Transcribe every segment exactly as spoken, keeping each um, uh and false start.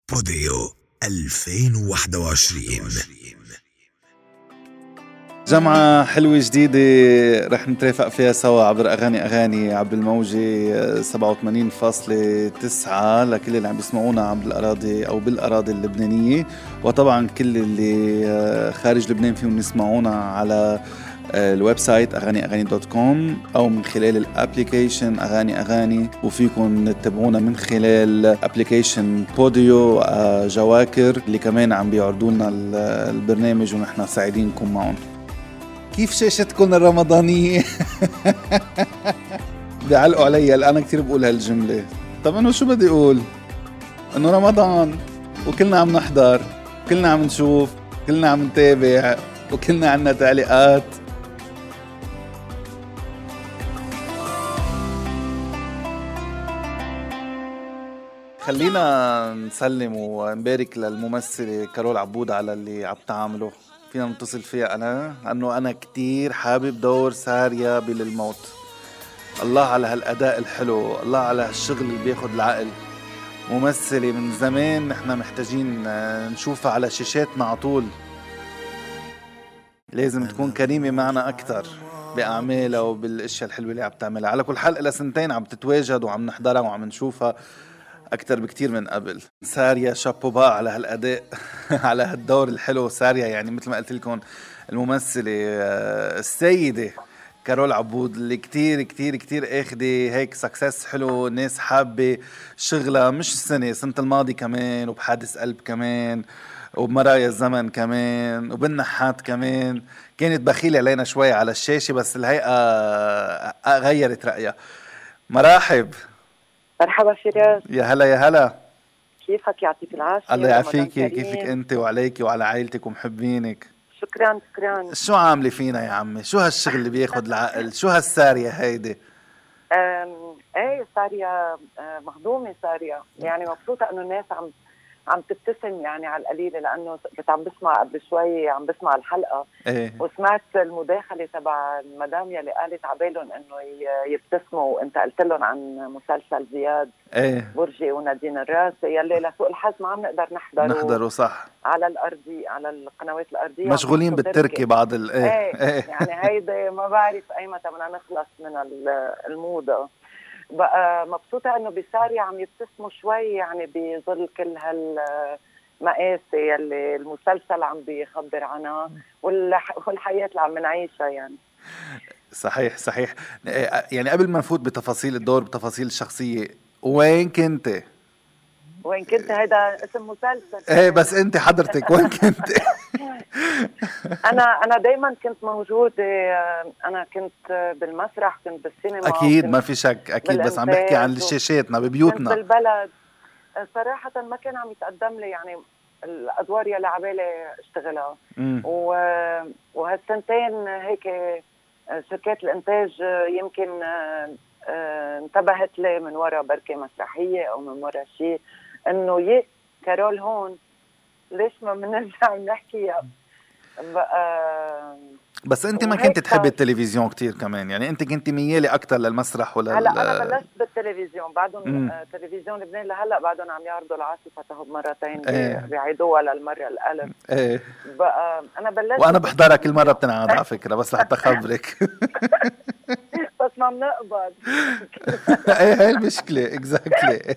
بوديو ألفين وواحد وعشرين. جمعة حلوة جديدة رح نترافق فيها سوا عبر أغاني أغاني عبر الموجة سبعة وثمانين فاصلة تسعة لكل اللي عم بيسمعونا عبر الأراضي أو بالأراضي اللبنانية، وطبعا كل اللي خارج لبنان فيهم يسمعونا على الويب سايت أغاني أغاني دوت كوم أو من خلال الابليكيشن أغاني أغاني، وفيكم تتابعونا من خلال ابليكيشن بوديو جواكر اللي كمان عم بيعرضوا لنا البرنامج ونحن سعيدينكم معهم. كيف شاشتكم الرمضانية؟ بيعلقوا علي الآن كتير بقول هالجملة. طب أنه شو بدي أقول؟ أنه رمضان وكلنا عم نحضر، كلنا عم نشوف، كلنا عم نتابع، وكلنا عنا تعليقات. خلينا نسلم ونبارك للممثلة كارول عبود على اللي عم تعمله. فينا نتصل فيها أنا أنه أنا كتير حابب دور سارية بالموت. الله على هالأداء الحلو، الله على هالشغل اللي بياخد العقل. ممثلة من زمان نحن محتاجين نشوفها على شاشاتنا عطول. لازم تكون كريمة معنا أكتر بأعمالها وبالأشياء الحلوة اللي عم تعملها. على كل حال إلى سنتين عم تتواجد وعم نحضرها وعم نشوفها أكتر بكتير من قبل. ساريا شابوبا على هالأداء على هالدور الحلو. ساريا يعني مثل ما قلت لكم الممثلة السيدة كارول عبود اللي كتير كتير كتير اخدة هيك سكسس حلو. ناس حابة شغلها، مش السنة سنة الماضي كمان، وبحادث قلب كمان، وبمرايا الزمن كمان، وبالنحات كمان. كانت بخيلة علينا شوي على الشاشة بس الهيئة غيرت رأيها. مراحب. مرحبا فراس. يا هلا يا هلا. كيفك؟ يعطيك العافية. الله يعافيك. كيفك انت وعليك وعلى عائلتك ومحبينك؟ شكرا شكرا. شو عاملة فينا يا عمي؟ شو هالشغل اللي بياخد العقل؟ شو هالسارية هيدي؟ ايه سارية مهضومة. سارية يعني مبسوطة انه الناس عم عم تبتسم يعني على القليلة، لأنه كنت عم بسمع قبل شوي عم بسمع الحلقة ايه. وسمعت المداخلة تبع المدام يلي قالت عبالهم انه يبتسموا، وانت قلت لهم عن مسلسل زياد ايه برجي ونادين الراسي يلي لسوء الحظ ما عم نقدر نحضره نحضره صح على الأرضي على القنوات الأرضية، مشغولين بالتركي بعض ال ايه, ايه. يعني هيدا ما بعرف اي متى بدنا نخلص من الموضة. بقى مبسوطة انه بسارية عم يبتسموا شوي يعني بظل كل هالمقاسي اللي المسلسل عم بيخبر عنها والحياة اللي عم نعيشها. يعني صحيح صحيح. يعني قبل ما نفوت بتفاصيل الدور بتفاصيل الشخصية، وين كنت؟ وين كنت هيدا اسم مسلسل. ايه بس انت حضرتك وين كنت؟ انا انا دايما كنت موجوده. انا كنت بالمسرح، كنت بالسينما، اكيد ما في شك اكيد، بس عم بحكي عن شاشاتنا ببيوتنا. كنت بالبلد. صراحه ما كان عم يتقدم لي يعني الادوار يلي عبالي اشتغلها، وهالسنتين هيك شركات الانتاج يمكن انتبهت لي من وراء بركه مسرحيه او من وراء شيء انه يه كارول هون ليش ما بنرجع نحكيها بقى. بس انت ما كنت تحبي التلفزيون كتير كمان، يعني انت كنت ميالة اكتر للمسرح ولا؟ هلا انا بلشت بالتلفزيون بعدهم. تلفزيون لبنان لهلا بعدهم عم يعرضوا العاصفه تهب مرتين. ايه. بيعيدوها للمره الالف. ايه. بقى انا بلشت وانا بحضرها كل مره بتنعاد على فكره، بس لحتى اخبرك. بس ما بنقبض. ايه هاي المشكله اكزاكتلي.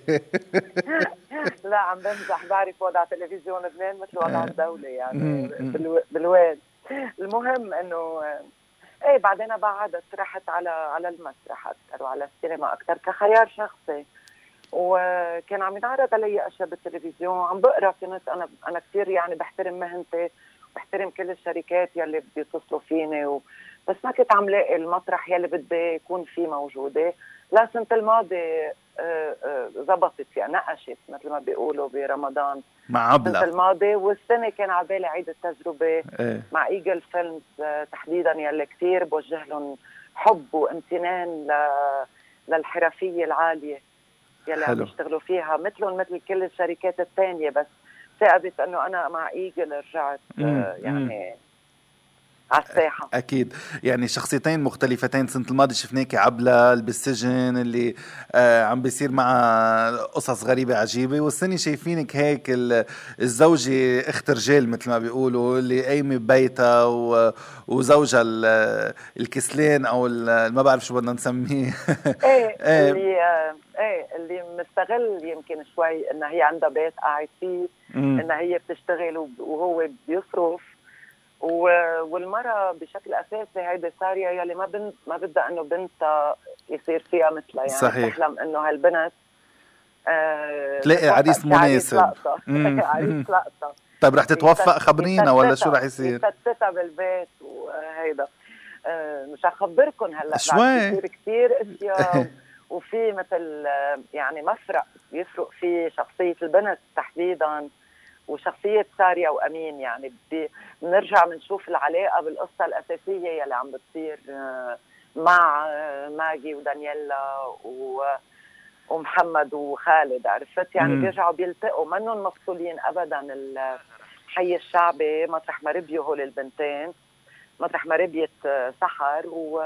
لا عم بمزح، بعرف وضع تلفزيون لبنان مثل وضع الدوله يعني بالواد. المهم انه ايه بعدين بعدت رحت على على المسرح اكثر وعلى السينما اكثر كخيار شخصي، وكان عم ينعرض علي اشياء بالتلفزيون. عم بقرا، كنت انا انا كثير يعني بحترم مهنتي وبحترم كل الشركات يلي بيتصلوا فيني و... بس ما كنت عم لاقي المطرح يلي بدي يكون فيه موجوده. لا سنة الماضي زبطت يعني نقشت مثل ما بيقولوا برمضان مع عبلة السنة الماضي، والسنة كان عبالي عيد التجربة ايه. مع إيجل فيلمز تحديدا يلي كتير بوجه لهم حب وامتنان ل... للحرفية العالية يلي عم يشتغلوا فيها مثلهم مثل كل الشركات الثانية. بس ثابت انه انا مع إيجل رجعت. مم. يعني على الساحة. أكيد، يعني شخصيتين مختلفتين. سنة الماضي شفناكي عبلة بالسجن اللي آه عم بيصير معها قصص غريبة عجيبة، والسنة شايفينك هيك الزوجة اخت رجال مثل ما بيقولوا، اللي قايمة ببيتها وزوجها الكسلان أو ما بعرف شو بدنا نسميه. ايه اللي آه ايه اللي مستغل يمكن شوي انها هي عندها بيت قاعد فيه، انها هي بتشتغل وهو بيصرف، والمرأة بشكل أساسي هيدي سارية يلي ما بنت ما بدها إنه بنتها يصير فيها مثلها، يعني صحيح. تحلم إنه هالبنت آه تلاقي عريس مناسب. عريس لقطة. طيب رح تتوفق خبرينا ولا شو رح يصير؟ يفتتها بالبيت وهيدا آه مش هخبركم هلا شوي كثير كثير اشياء. وفي مثل يعني مفرق يفرق في شخصية البنت تحديدا وشخصية سارية وأمين. يعني بنرجع بنشوف العلاقة بالقصة الأساسية يلي عم بتصير مع ماجي ودانييلا ومحمد وخالد، عرفت يعني بيرجعوا بيلتقوا منهم مفصولين أبدا. الحي الشعبي مطرح ما ربيوا هول البنتين، مطرح ما ربيت سحر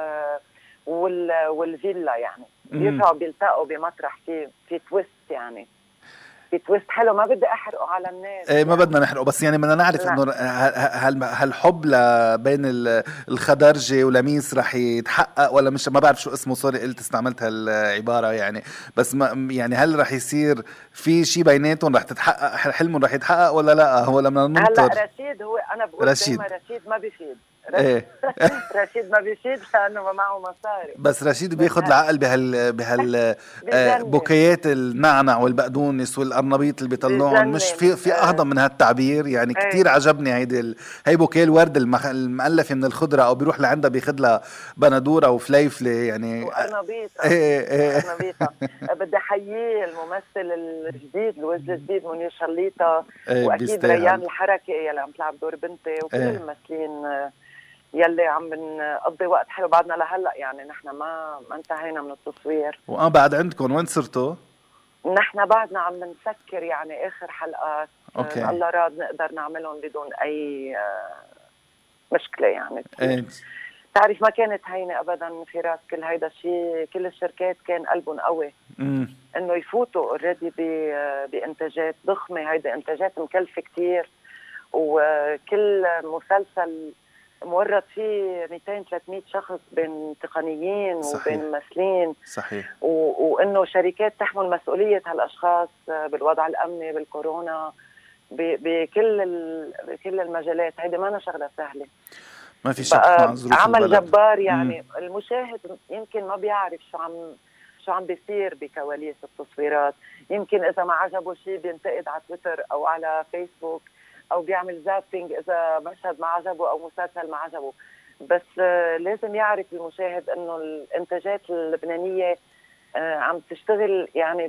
والفيلا، يعني بيرجعوا بيلتقوا بمطرح في في تويست، يعني في تويست حلو. ما بدي احرقه على الناس. ايه ما يعني. بدنا نحرقه، بس يعني بدنا نعرف انه هالحب بين الخضرجي ولميس رح يتحقق ولا مش. ما بعرف شو اسمه، سوري قلت استعملت هالعباره يعني، بس ما يعني هل رح يصير في شيء بيناتهم رح تتحقق، حلمهم رح يتحقق ولا لا، ولا بدنا ننطر؟ هلا رشيد هو انا بقول دايما رشيد ما بيفيد. ايه رشيد ما بيفيد لانه ما معه مصاري، بس رشيد بياخد العقل بهال بهال بوكيات النعنع والبقدونس والقرنبيط اللي بيطلعون. مش في في اهضم من هالتعبير يعني. ايه. كتير عجبني هيدي ال... هي بوكيه الورد المخ... المؤلفه من الخضره، او بيروح لعندها بياخد لها بندوره وفليفله يعني وقرنبيطه. ايه ايه قرنبيطه. بدي احييه الممثل الجديد الوجه الجديد منير شليطه. ايه واكيد ريان الحركه يلي عم تلعب دور بنتي، وكل ايه. الممثلين يلي عم بنقضي وقت حلو بعدنا لهلا. يعني نحن ما ما انتهينا من التصوير. واه بعد عندكم وين صرتوا؟ نحن بعدنا عم نسكر يعني اخر حلقات. أوكي. الله راد نقدر نعملهم بدون اي مشكله يعني. ايه. تعرف ما كانت هينه ابدا فراس. كل هيدا الشيء كل الشركات كان قلبهم قوي امم انه يفوتوا اوريدي بانتاجات ضخمه. هيدا انتاجات مكلفه كتير، وكل مسلسل مورد فيه مئتين ثلاثمئة شخص بين تقنيين. صحيح. وبين ممثلين. صحيح. و... وانه شركات تحمل مسؤوليه هالاشخاص بالوضع الامني بالكورونا ب... بكل ال... بكل المجالات. هيدي ما أنا شغله سهله، ما في شك مع ظروف عمل البلد. جبار يعني. مم. المشاهد يمكن ما بيعرف شو عم شو عم بيصير بكواليس التصويرات. يمكن اذا ما عجبه شيء بينتقد على تويتر او على فيسبوك او بيعمل زابينج اذا مشهد ما عجبه او مسلسل ما عجبه. بس آه لازم يعرف المشاهد انه الانتاجات اللبنانيه آه عم تشتغل يعني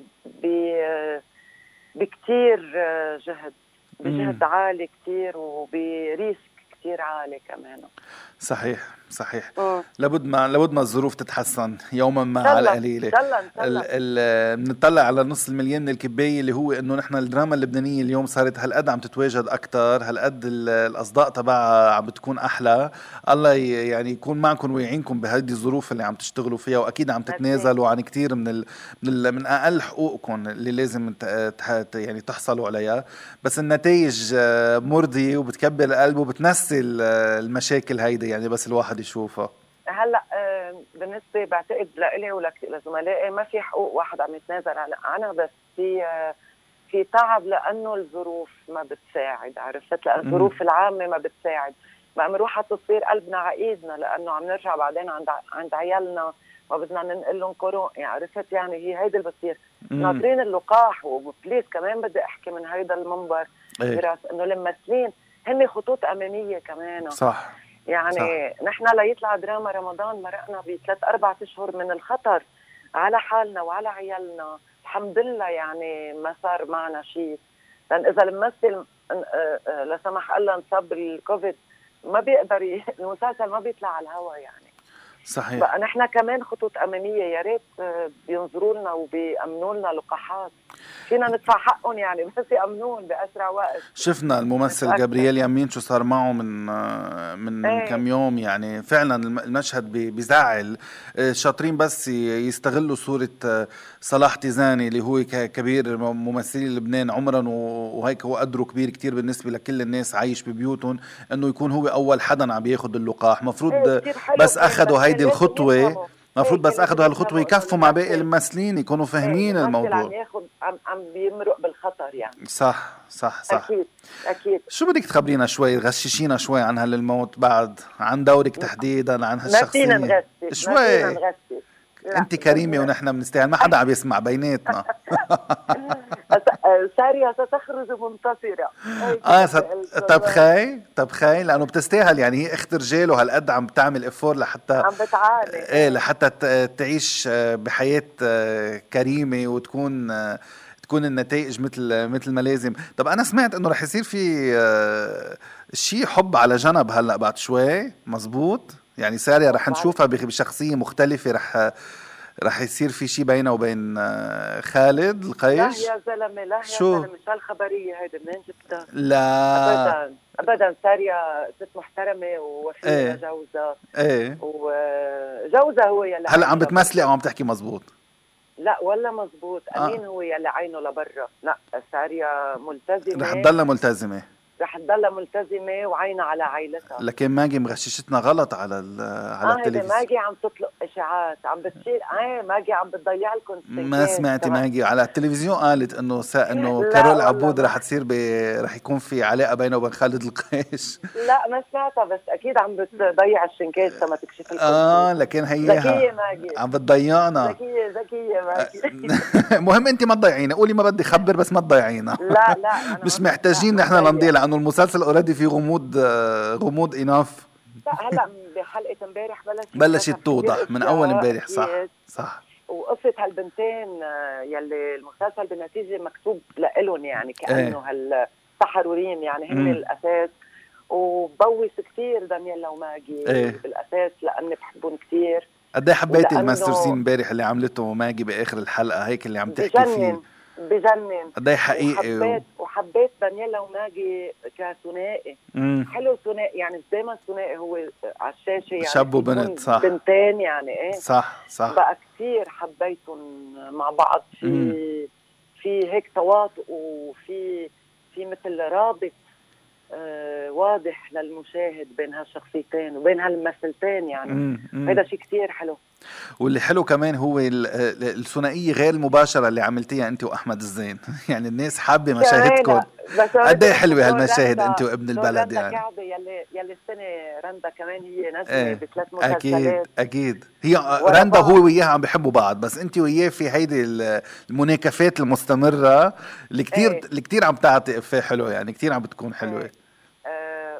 بكتير آه جهد بجهد عالي كتير وبريسك كتير عالي كمان. صحيح صحيح. م. لابد ما لابد ما الظروف تتحسن يوما ما على القليله. بنطلع على نص المليون من الكبايه اللي هو انه نحن الدراما اللبنانيه اليوم صارت هالقد عم تتواجد اكثر، هالقد الاصداء تبعها عم بتكون احلى. الله يعني يكون معكم ويعينكم بهذه الظروف اللي عم تشتغلوا فيها، واكيد عم تتنازلوا عن كتير من ال من, ال من اقل حقوقكم اللي لازم يعني تحصلوا عليها. بس النتائج مرضيه وبتكبر القلب وبتنسي المشاكل هيدي يعني بس الواحد يشوفها. هلا بالنسبه بعتقد لإلي ولزملائي ما في حقوق واحد عم يتنازل عنها، بس في في تعب لانه الظروف ما بتساعد. عرفت؟ لأن الظروف العامه ما بتساعد. ما عم نروح على التصوير قلبنا على ايدنا لانه عم نرجع بعدين عند عند عيالنا ما بدنا ننقل لهم كورونا. يعني عرفت؟ يعني هي هيدي اللي بتصير. ناطرين اللقاح. وبليز كمان بدي احكي من هيدا المنبر براس انه الممثلين هن خطوط اماميه كمان. صح. يعني صح. نحن ليطلع دراما رمضان مرقنا بثلاث أربع أشهر من الخطر على حالنا وعلى عيالنا. الحمد لله يعني ما صار معنا شيء. لأن إذا الممثل لا سمح الله انصاب بالكوفيد ما بيقدر ي... المسلسل ما بيطلع على الهواء يعني. صحيح. بقى نحن كمان خطوط اماميه يا ريت بينظروا لنا وبيامنوا لنا لقاحات، فينا ندفع حقهم يعني بس يامنون باسرع وقت. شفنا الممثل جابرييل يامين شو صار معه من من ايه. كم يوم، يعني فعلا المشهد بيزعل. شاطرين بس يستغلوا صورة صلاح تيزاني اللي هو كبير ممثلي لبنان عمرا، وهيك هو قدره كبير كتير بالنسبة لكل الناس عايش ببيوتهم، انه يكون هو اول حدا عم بياخد اللقاح. مفروض ايه بس اخذوا هيدي الخطوة، مفروض ايه بس اخذوا هالخطوة يكفوا مع باقي الممثلين يكونوا فاهمين ايه الموضوع. عم ياخد عم عم بيمرق بالخطر يعني. صح صح صح. اكيد اكيد. شو بدك تخبرينا شوي، غششينا شوي عن هالموت بعد، عن دورك تحديدا، عن هالشخصية. ما فينا نغشي شوي. ما فينا نغشي. انت كريمة ونحن بنستاهل، ما حدا عم يسمع بيناتنا. سارية ستخرج منتصرة. اه ست... تبخي تبخي لانه بتستاهل، يعني هي اخت رجال وهالقد عم بتعمل افور لحتى عم بتعاني ايه لحتى تعيش بحياة كريمة وتكون تكون النتائج مثل مثل ما لازم. طب انا سمعت انه رح يصير في شيء حب على جنب هلا بعد شوي، مزبوط؟ يعني سارية رح نشوفها بشخصية مختلفة، رح رح يصير في شيء بينه وبين خالد القيش. لا يا زلمة، لا يا شو؟ زلمة، شو هالخبرية هيدا منين جبتها؟ لا ابدا ابدا، سارية ست محترمة ووفية ايه؟ لجوزها ايه، وجوزها هو يلي هلا عم بتمثلي او عم تحكي مزبوط؟ لا ولا مزبوط. امين آه. هو يلي عينه لبرا. لا سارية ملتزمة، رح تضلها ملتزمة، رح تضلها ملتزمة وعينها على عائلتها. لكن ماجي مغششتنا غلط على على آه التلفزيون. ماجي عم تطلق اشاعات، عم بتصير ايه ماجي عم بتضيع لكم. ما سمعتي ماجي على التلفزيون قالت انه سا... انه كارول عبود رح تصير ب... رح يكون في علاقه بينه وبين خالد القيش. لا ما سمعتها، بس اكيد عم بتضيع الشنكات لما تكشف لكم. اه لكن هي ذكيه ماجي، عم بتضيعنا. ذكيه ذكيه ماجي. مهم انت ما تضيعينا، قولي ما بدي خبر بس ما تضيعينا. لا لا أنا مش محتاجين نحن نضيع، لانه المسلسل اوريدي في غموض غموض اناف. لا هلا بحلقه امبارح بلشت بلشت توضح من اول امبارح. صح صح. وقصه هالبنتين يلي المسلسل بالنتيجه مكتوب لإلهم، يعني كانه هالتحرورين يعني هن الاساس، وبوس كثير دانييلا وماجي ايه؟ بالاساس لاني بحبهم كثير. قد ايه حبيتي الماستر سين امبارح اللي عملته ماجي باخر الحلقه، هيك اللي عم تحكي فيه بجنن قد ايه حقيقي. وحبيت و... وحبيت دانييلا وماجي كثنائي حلو، ثنائي يعني دائما الثنائي هو على الشاشه، يعني شاب وبنت. صح، بنتين يعني ايه. صح صح. بقى كثير حبيتهم مع بعض، في مم. في هيك تواطؤ، وفي في مثل رابط آه واضح للمشاهد بين هالشخصيتين وبين هالممثلتين، يعني هذا شيء كتير حلو. واللي حلو كمان هو الثنائيه غير المباشره اللي عملتيها انت واحمد الزين. يعني الناس حابه مشاهدكم. قد ايه حلوه هالمشاهد انت وابن البلد. يعني كعبة يلي يلي السنه رندا كمان هي نزلت ايه بثلاث مسلسلات. اكيد اكيد. هي رندا هو وياها عم بيحبوا بعض، بس انت وياه في هيدي المناكفات المستمره اللي كتير ايه. اللي كتير عم تعطي افيه حلو، يعني كتير عم بتكون حلوه. ايه. آه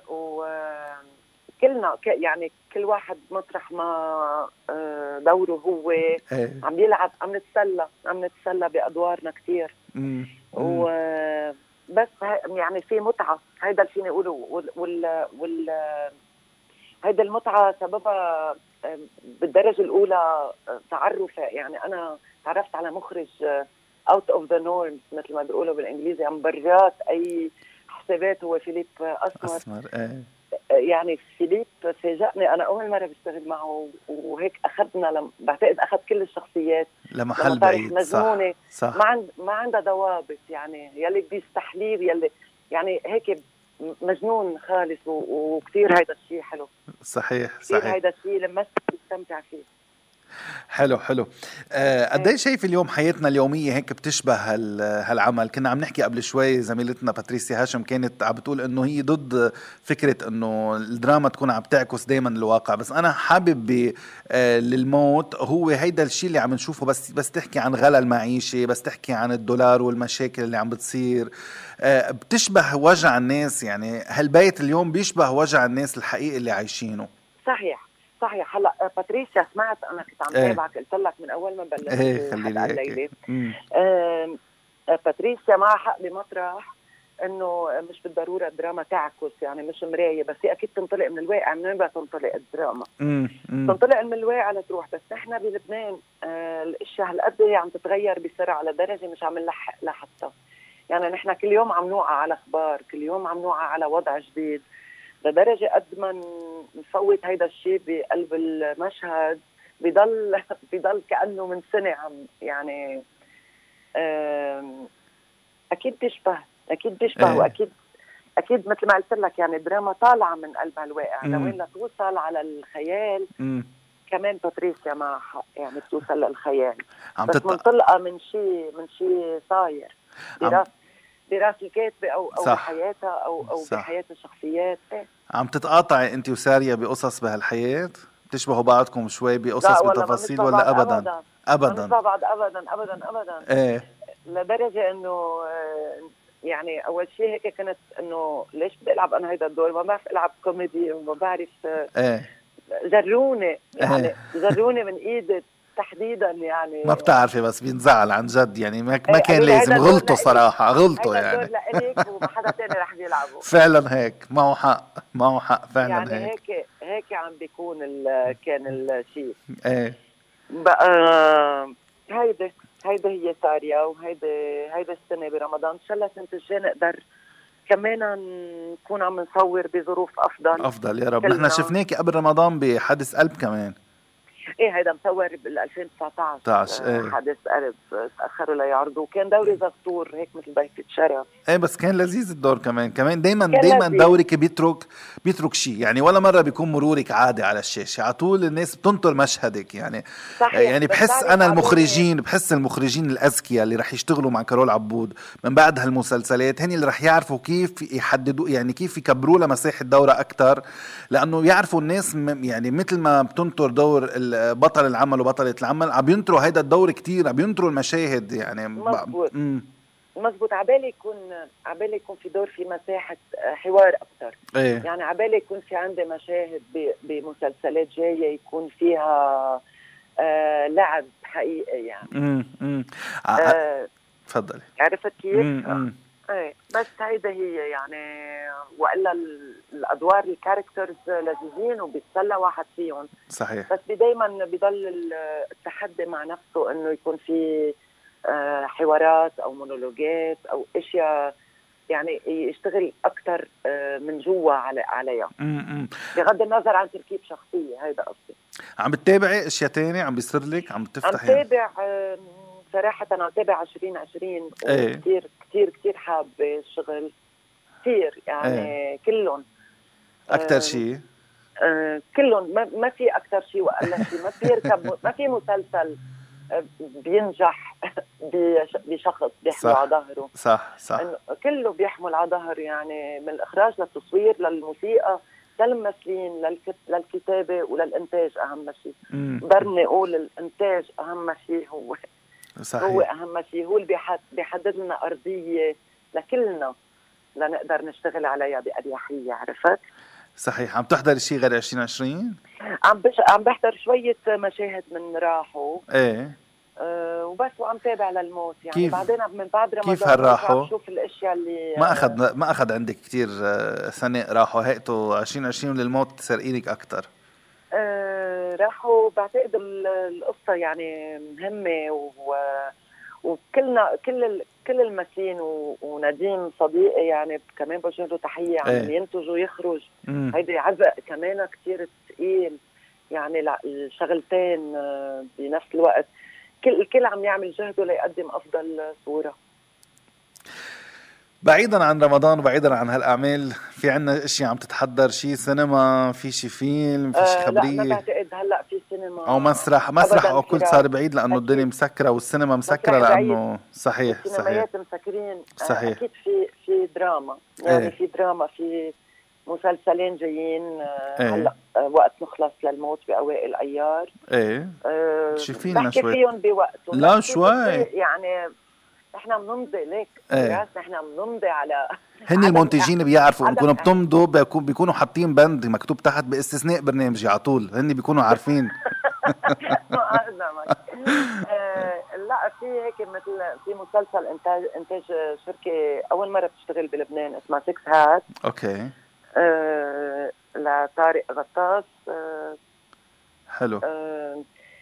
وكلنا يعني كل واحد مطرح ما دوره هو ايه. عم يلعب، عم نتسلى عم نتسلى بادوارنا كتير. امم وبس يعني في متعه، هيدا اللي فيني اقوله. وال وال, وال هيدا المتعه سببها بالدرجه الاولى تعرف، يعني انا تعرفت على مخرج out of the norms مثل ما بيقولوا بالانجليزي، عم برات اي حسابات. هو فيليب اسمر, أسمر. ايه. يعني فيليب فاجأني، انا اول مره بشتغل معه، وهيك اخذنا لم... بعتقد اخذ كل الشخصيات لمحل بعيد. مجنونه. صح. صح. ما عند ما عندها ضوابط، يعني يلي بيستحليه يلي يعني هيك مجنون خالص، و... وكثير هيدا الشيء حلو. صحيح كثير صحيح. هيدا الشيء لما بستمتع فيه. حلو حلو. آه قد ايه شايف اليوم حياتنا اليوميه هيك بتشبه هالعمل؟ كنا عم نحكي قبل شوي زميلتنا باتريسيا هاشم كانت عم بتقول انه هي ضد فكره انه الدراما تكون عم تعكس دائما الواقع، بس انا حابب آه للموت هو هيدا الشيء اللي عم نشوفه، بس بس تحكي عن غلا المعيشه، بس تحكي عن الدولار والمشاكل اللي عم بتصير، آه بتشبه وجع الناس. يعني هالبيت اليوم بيشبه وجع الناس الحقيقي اللي عايشينه. صحيح صحيح. هلا باتريسيا سمعت، انا كنت عم تابعك، قلت لك من اول ما بلشت ايه الحلقه الليله. آه باتريسيا معها حق بمطرح انه مش بالضروره الدراما تعكس، يعني مش مرايه، بس هي اكيد تنطلق من الواقع. من وين بدها تنطلق الدراما؟ مم. مم. تنطلق من الواقع لتروح. بس نحن بلبنان آه الاشياء هالقد هي عم تتغير بسرعه لدرجه مش عم نلحق لحتى. يعني نحن كل يوم عم نوقع على اخبار، كل يوم عم نوقع على وضع جديد، لدرجه قد ما نفوت هيدا الشيء بقلب المشهد بضل بضل كانه من سنه عم يعني اكيد بيشبه اكيد بيشبه ايه. واكيد اكيد مثل ما قلت لك يعني دراما طالعه من قلب الواقع لوين لا توصل على الخيال. مم. كمان باتريسيا مع حق يعني بتوصل للخيال، عم بس تت... منطلقه من شيء من شيء صاير براس براس الكاتبه او او صح. بحياتها او او صح. بحياه الشخصيات. ايه. عم تتقاطعي انت وسارية بقصص بهالحياة؟ بتشبهوا بعضكم شوي بقصص بتفاصيل ولا ابدا؟ ابدا ابدا ابدا بعض ابدا ابدا ابدا ايه. لدرجه انه يعني اول شيء هيك كانت انه ليش بدي العب انا هيدا الدور، ما بعرف العب كوميدي وما بعرف. ايه. جروني يعني ايه. جروني من ايدي تحديدا يعني ما بتعرفي بس بينزعل عن جد يعني ما, ما كان لازم غلطوا صراحة غلطوا يعني هيدا الدور لإلك وما حدا تاني رح يلعبه. فعلا هيك معه حق معه حق فعلا يعني هيك هيك هيك عم بيكون كان الشيء. ايه. بقى هيدا هيدا هي ساريا وهيدا هيدا السنة برمضان ان شاء الله سنة الجاي نقدر كمان نكون عم نصور بظروف افضل افضل يا رب. نحن شفناكي قبل رمضان بحادث قلب كمان. ايه هيدا مصور بال ألفين وتسعطعش. ايه. حادث قلب تاخروا ليعرضوا وكان دوري زغطور هيك مثل ضيفة شرف. ايه بس كان لذيذ الدور كمان كمان دايما دايما دورك بيترك بيترك شيء يعني ولا مره بيكون مرورك عادي على الشاشه على طول الناس بتنطر مشهدك يعني. صحيح. يعني بحس انا المخرجين بحس المخرجين الاذكياء اللي رح يشتغلوا مع كارول عبود من بعد هالمسلسلات هني اللي رح يعرفوا كيف يحددوا يعني كيف يكبروا لها مساحه دوره اكثر لانه يعرفوا الناس يعني مثل ما بتنطر دور بطل العمل وبطله العمل عم ينطروا هيدا الدور كتير عم ينطروا المشاهد يعني. مزبوط مزبوط. عبالي يكون عبالي يكون في دور في مساحة حوار أكتر. ايه. يعني عبالي يكون في عندي مشاهد بمسلسلات جاية يكون فيها آه لعب حقيقي يعني. امم امم تفضلي. آه عرفت كيف؟ امم ايه بس هيدا هي يعني والا الادوار الكاركترز لذيذين وبيتسلى واحد فيهم. صحيح. بس دايما بضل التحدي مع نفسه انه يكون في حوارات او مونولوجات او اشياء يعني يشتغل اكثر من جوا على عليها بغض النظر عن تركيب شخصيه. هيدا قصدي. عم بتتابعي اشياء تانية عم بيصير لك عم تفتحي؟ عم تابع صراحه انا بتابع عشرين عشرين ايه. وكثير كثير كثير حابه الشغل كثير يعني. ايه. كلهم اكثر شيء آه كلهم ما, ما في اكثر شيء واقل شيء. ما في يركب ما في مسلسل بينجح بشخص بيحمل على ظهره. صح صح. كله بيحمل على ظهر يعني من الإخراج للتصوير للموسيقى للممثلين للكتابة وللإنتاج. أهم شيء برني أقول الإنتاج أهم شيء هو صحيح. هو أهم شيء هو اللي بيحدد لنا أرضية لكلنا لنقدر نشتغل عليها بأريحية. عرفت؟ صحيح. عم تحضر شيء غير عشرين عشرين؟ عم بش... عم بحضر شوية مشاهد من راحوا. ايه. أه وبس وعم تابع للموت يعني. كيف؟ بعدين من بعد رمضان كيف هالراحوا؟ عم شوف الاشياء اللي ما اخذ ما اخذ عندك كثير سنة راحوا هيئتوا عشرين عشرين للموت سرقينك اكثر. أه راحوا بعتقد القصة يعني مهمة و... وكلنا كل ال... كل الممثلين و... ونديم صديقي يعني كمان بوجه له تحية عم ايه. ينتج ويخرج. هيدي عبء كمان كتير ثقيل يعني الشغلتين بنفس الوقت. كل الكل عم يعمل جهده ليقدم أفضل صورة. بعيدا عن رمضان وبعيدا عن هالأعمال في عنا اشياء عم تتحضر؟ شيء سينما في شيء فيلم في شيء آه خبرية؟ لا ما بعتقد هلا في سينما أو مسرح مسرح أو كل صار بعيد لأنه الدنيا مسكرة والسينما مسكرة لأنه صحيح صحيح مسكرين. صحيح. أكيد في في دراما يعني. ايه. في دراما في مسلسلين جايين. ايه. هلا وقت نخلص للموت بأوائل أيار. ايه. أه شوفينا شوي. بحكي فيهم بوقتهم. لا شوي يعني احنا بنمضي ليك. ايه. احنا بنمضي على هن المنتجين بيعرفوا انكم بتمضوا بيكون بيكونوا حاطين بند مكتوب تحت باستثناء برنامجي على طول. هن بيكونوا عارفين. آه لا في هيك مثل في مسلسل انتاج انتاج شركه اول مره بتشتغل بلبنان اسمها سكس هات. اوكي. آه لطارق غطاس. آه حلو. آه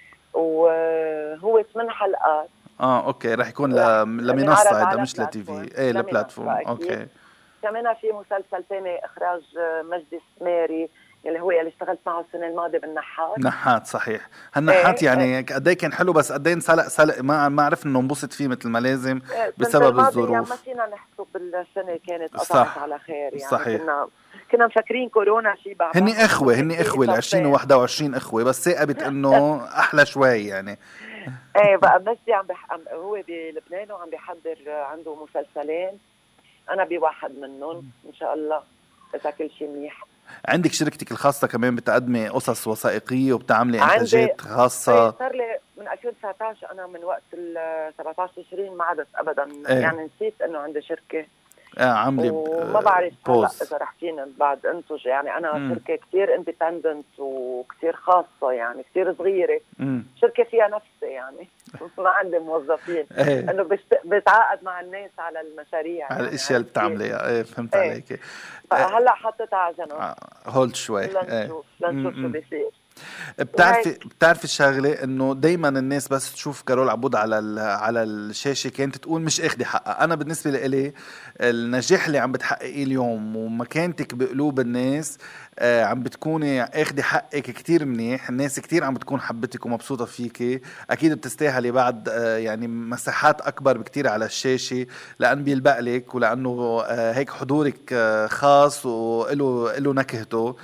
وهو ثمان حلقات. اه اوكي، رح يكون رح- لمنصه بينعرض هيدا على مش بلاتفورم. لتي في، ايه لمنصة لبلاتفورم. أكيد. اوكي. كمان في مسلسل ثاني اخراج مجدي السميري اللي هو اللي اشتغلت معه السنه الماضيه بالنحات. نحات صحيح. هالنحات إيه، يعني قد ايه كان حلو، بس قد ايه انسلق سلق، ما ما عرفنا انه ننبسط فيه مثل ما لازم السنة بسبب الماضية يعني ما الظروف. فينا نحسب بالسنة كانت صح. قطعت على خير يعني. صحيح. كنا كنا مفكرين كورونا شيء بعد. هني اخوه هني اخوه ال عشرين وواحد وعشرين اخوه، بس ثاقبت انه احلى شوي يعني. ايه بقى مجدي عم بح... عم- هو بلبنان وعم بيحضر عنده مسلسلين، انا بواحد منهم ان شاء الله اذا كل شيء منيح. عندك شركتك الخاصة كمان بتقدمي قصص وثائقية وبتعملي عندي- انتاجات إيه، خاصة. صار لي من ألفين وتسعطعش انا من وقت ال سبعطعش تشرين ما عدت ابدا. إيه. يعني نسيت انه عندي شركه آه عاملة وما بعرف هلا بوز. اذا رح فينا بعد انتج. يعني انا مم. شركه كثير اندبندنت وكثير خاصه، يعني كثير صغيره، امم شركه فيها نفسي يعني ما عندي موظفين. ايه انه بشت... بتعاقد مع الناس على المشاريع على يعني الاشياء اللي بتعمليها. ايه فهمت إيه. عليك. فهلا حطيتها على جنب هولد شوي. ايه لنشوف لنشوف شو م- م. بيصير. بتعرفي وهيك. بتعرفي الشغله انه دايما الناس بس تشوف كارول عبود على ال- على الشاشه كانت تقول مش اخدي حقها. انا بالنسبه لإلي النجاح اللي عم بتحققيه اليوم ومكانتك بقلوب الناس، آه عم بتكوني اخدي حقك كتير منيح. الناس كتير عم بتكون حبتك ومبسوطه فيكي. اكيد بتستاهلي بعد آه يعني مساحات اكبر بكتير على الشاشه، لان بيلبق لك ولانه آه هيك حضورك آه خاص وله له نكهته.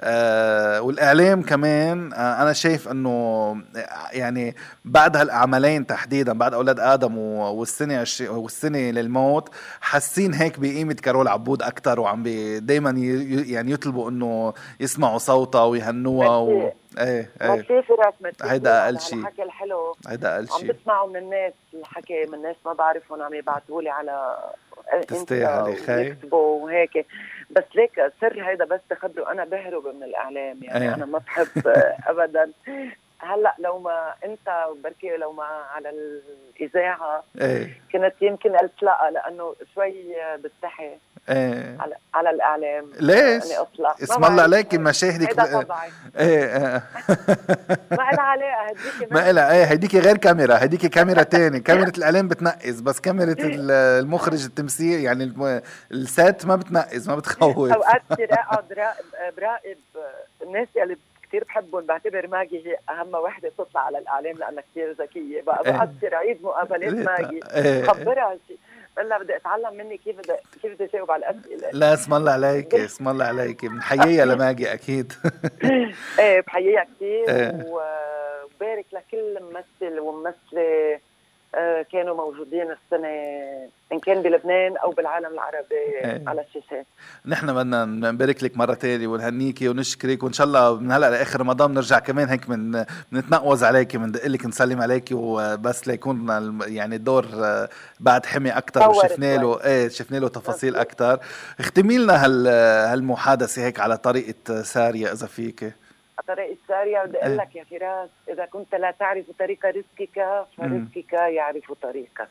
آه والإعلام كمان. آه أنا شايف أنه يعني بعد هالأعمالين تحديدا، بعد أولاد آدم و- والسنة عشرين والسنة للموت، حاسين هيك بقيمة كارول عبود أكتر، وعم بي دايما ي- يعني يطلبوا أنه يسمعوا صوتها ويهنوها و... ميرسي. ايه ايه ميرسي فراس، ميرسي هيدا على أقل شي. هالحكي الحلو. هيدا أقل عم شي. بسمعوا من الناس الحكي، من الناس ما بعرفهم عم يبعتوا لي على تستاهلي خي. يكتبوا وهيك. بس ليك سر هيدا بس تخبروا، انا بهرب من الاعلام يعني. ايه. انا ما بحب ابدا. هلا لو ما انت بركي لو ما على الاذاعه ايه كنت يمكن قلت لا، لانه شوي بستحي ايه على على الاعلام. ليش؟ اني اطلع اسم الله عليك مشاهدك. هيدا طبعي. ايه ايه ما لها علاقه هديك ما إلها. ايه هيديكي غير كاميرا، هيديكي كاميرا تاني. كاميرا الاعلام بتنقز، بس كاميرا ال- المخرج التمثيل يعني الم- السات ما بتنقز ما بتخوف. اوقات كثير اقعد راقب براقب الناس اللي كثير بحبهم. بعتبر ماجي هي اهم وحده تطلع على الاعلام لانها كثير ذكيه. بقى بقعد كثير اعيد مقابلات ماجي، إيه. خبرها شيء، بقول بدي اتعلم مني كيف بدي كيف بدي اجاوب على الاسئله. لا اسم الله عليك، اسم الله عليك. بنحييها لماجي اكيد. ايه بحييها كثير. إيه. وبارك لكل ممثل وممثله آه، كانوا موجودين السنه ان كان بلبنان او بالعالم العربي إيه. على الشاشات. نحن بدنا نبارك لك مرة تانية ونهنيكي ونشكرك، وإن شاء الله من هلأ لآخر رمضان بنرجع كمان هيك من بنتنقوز عليكي، بندق لك نسلم عليكي، وبس ليكون الم- يعني الدور آه، بعد حمي أكتر طورت وشفنا له ايه شفنا له تفاصيل أكتر. اختمي لنا هال هالمحادثة هيك على طريقة سارية إذا فيك. طريق السارية بدي أقول لك يا فراس، إذا كنت لا تعرف طريق رزقك فرزقك يعرف طريقك.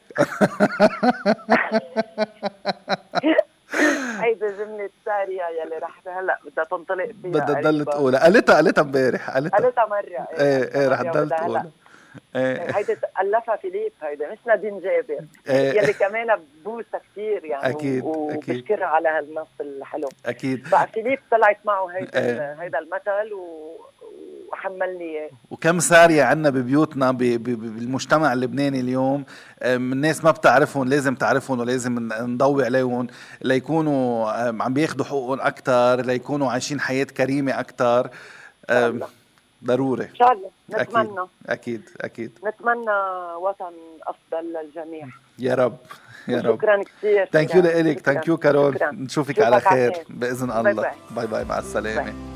هيدي جملة سارية يلي رح هلا بدها تنطلق فيها. بدها تضل تقولها. قالتها قالتها امبارح قالتها قالتها مرة. ايه ايه رح تضل تقولها. ايه هيدي ألفها فيليب، هيدي مش نادين جابر. إيه. يلي كمان ببوسها كثير يعني. أكيد، وبشكرها على هالنص الحلو. أكيد. ففيليب طلعت معه هيدا إيه. هيدا المثل و وحملني اياه. وكم سارية عنا ببيوتنا ب- ب- ب- بالمجتمع اللبناني اليوم. أم، الناس ما بتعرفهم، لازم تعرفهم ولازم ن- نضوي عليهم ليكونوا أم، عم بياخدوا حقوقهم أكتر، ليكونوا عايشين حياة كريمة أكتر. أم، ضروري إن شاء الله أكيد نتمنى أكيد أكيد نتمنى وطن أفضل للجميع. يا رب يا رب. شكرا كثير. ثانك يو لك، ثانك يو كارول. شكراً. نشوفك شوفك على على خير خير. بإذن باي الله. باي. باي باي، مع السلامة. باي.